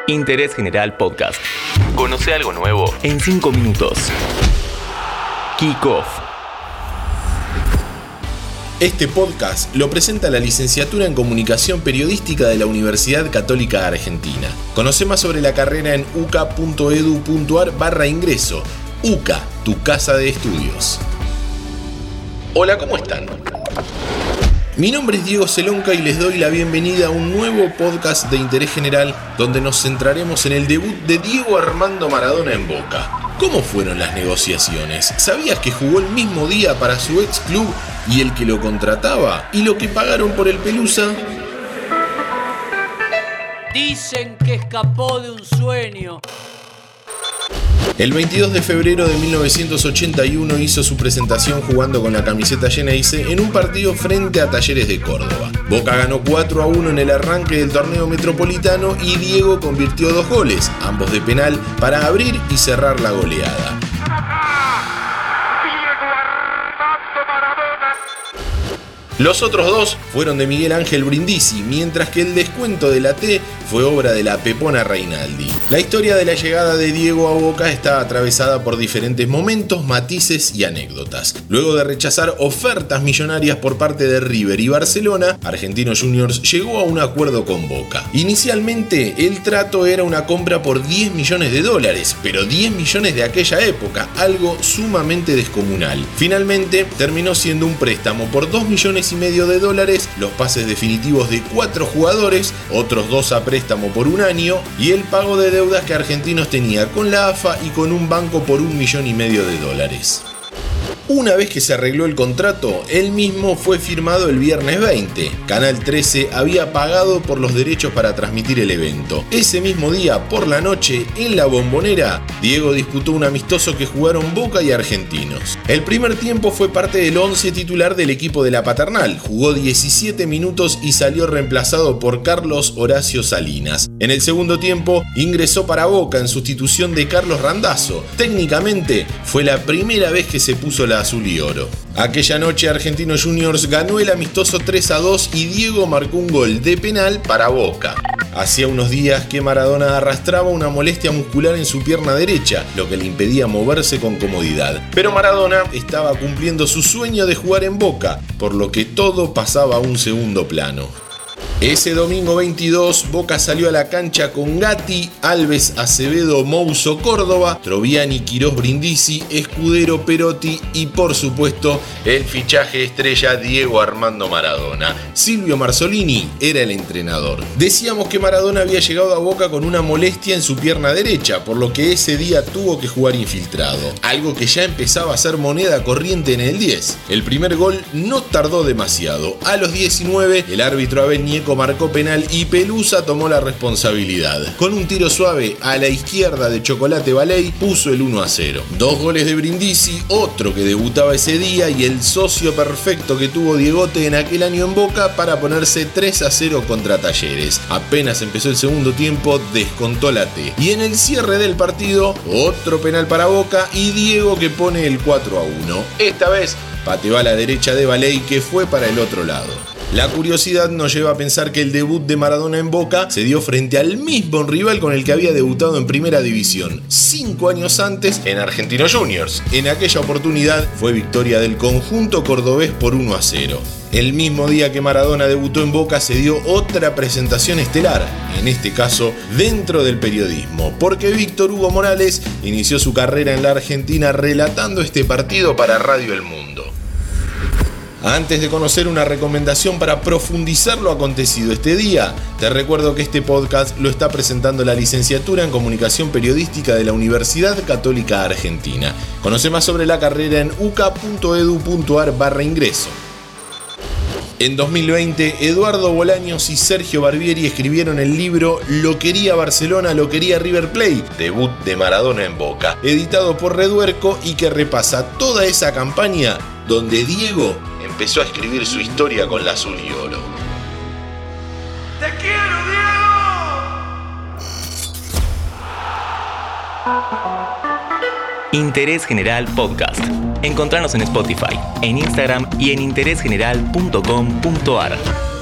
Interés General Podcast. Conoce algo nuevo en 5 minutos. Kick Off. Este podcast lo presenta la Licenciatura en Comunicación Periodística de la Universidad Católica Argentina. Conoce más sobre la carrera en uca.edu.ar/ingreso. UCA, tu casa de estudios. Hola, ¿cómo están? Mi nombre es Diego Celonca y les doy la bienvenida a un nuevo podcast de interés general donde nos centraremos en el debut de Diego Armando Maradona en Boca. ¿Cómo fueron las negociaciones? ¿Sabías que jugó el mismo día para su ex club y el que lo contrataba? ¿Y lo que pagaron por el Pelusa? Dicen que escapó de un sueño. El 22 de febrero de 1981 hizo su presentación jugando con la camiseta Geneise en un partido frente a Talleres de Córdoba. Boca ganó 4-1 en el arranque del torneo metropolitano y Diego convirtió 2 goles, ambos de penal, para abrir y cerrar la goleada. Los otros 2 fueron de Miguel Ángel Brindisi, mientras que el descuento de la T fue obra de la Pepona Reinaldi. La historia de la llegada de Diego a Boca está atravesada por diferentes momentos, matices y anécdotas. Luego de rechazar ofertas millonarias por parte de River y Barcelona, Argentinos Juniors llegó a un acuerdo con Boca. Inicialmente, el trato era una compra por $10 millones, pero 10 millones de aquella época, algo sumamente descomunal. Finalmente, terminó siendo un préstamo por $2,5 millones, los pases definitivos de 4 jugadores, otros 2 a préstamo por 1 año y el pago de deudas que Argentinos tenía con la AFA y con un banco por $1,5 millones. Una vez que se arregló el contrato, el mismo fue firmado el viernes 20. Canal 13 había pagado por los derechos para transmitir el evento. Ese mismo día, por la noche, en la Bombonera, Diego disputó un amistoso que jugaron Boca y Argentinos. El primer tiempo fue parte del 11 titular del equipo de la Paternal. Jugó 17 minutos y salió reemplazado por Carlos Horacio Salinas. En el segundo tiempo, ingresó para Boca en sustitución de Carlos Randazzo. Técnicamente, fue la primera vez que se puso la azul y oro. Aquella noche Argentinos Juniors ganó el amistoso 3-2 y Diego marcó un gol de penal para Boca. Hacía unos días que Maradona arrastraba una molestia muscular en su pierna derecha, lo que le impedía moverse con comodidad. Pero Maradona estaba cumpliendo su sueño de jugar en Boca, por lo que todo pasaba a un segundo plano. Ese domingo 22, Boca salió a la cancha con Gatti, Alves, Acevedo, Mouso, Córdoba, Troviani, Quirós, Brindisi, Escudero, Perotti y, por supuesto, el fichaje estrella Diego Armando Maradona. Silvio Marzolini era el entrenador. Decíamos que Maradona había llegado a Boca con una molestia en su pierna derecha, por lo que ese día tuvo que jugar infiltrado, algo que ya empezaba a ser moneda corriente en el 10. El primer gol no tardó demasiado. A los 19, el árbitro Abel Ñeco marcó penal y Pelusa tomó la responsabilidad. Con un tiro suave a la izquierda de Chocolate Baley puso el 1-0. 2 goles de Brindisi, otro que debutaba ese día y el socio perfecto que tuvo Diegote en aquel año en Boca para ponerse 3-0 contra Talleres. Apenas empezó el segundo tiempo, descontó la T. Y en el cierre del partido, otro penal para Boca y Diego que pone el 4-1. Esta vez pateó a la derecha de Baley que fue para el otro lado. La curiosidad nos lleva a pensar que el debut de Maradona en Boca se dio frente al mismo rival con el que había debutado en Primera División 5 años antes en Argentinos Juniors. En aquella oportunidad fue victoria del conjunto cordobés por 1-0. El mismo día que Maradona debutó en Boca se dio otra presentación estelar, en este caso dentro del periodismo, porque Víctor Hugo Morales inició su carrera en la Argentina relatando este partido para Radio El Mundo. Antes de conocer una recomendación para profundizar lo acontecido este día, te recuerdo que este podcast lo está presentando la Licenciatura en Comunicación Periodística de la Universidad Católica Argentina. Conoce más sobre la carrera en uca.edu.ar/ingreso. En 2020, Eduardo Bolaños y Sergio Barbieri escribieron el libro Lo quería Barcelona, lo quería River Plate, debut de Maradona en Boca, editado por Reduerco y que repasa toda esa campaña donde Diego empezó a escribir su historia con la azul y oro. ¡Te quiero, Diego! Interés General Podcast. Encontranos en Spotify, en Instagram y en interésgeneral.com.ar.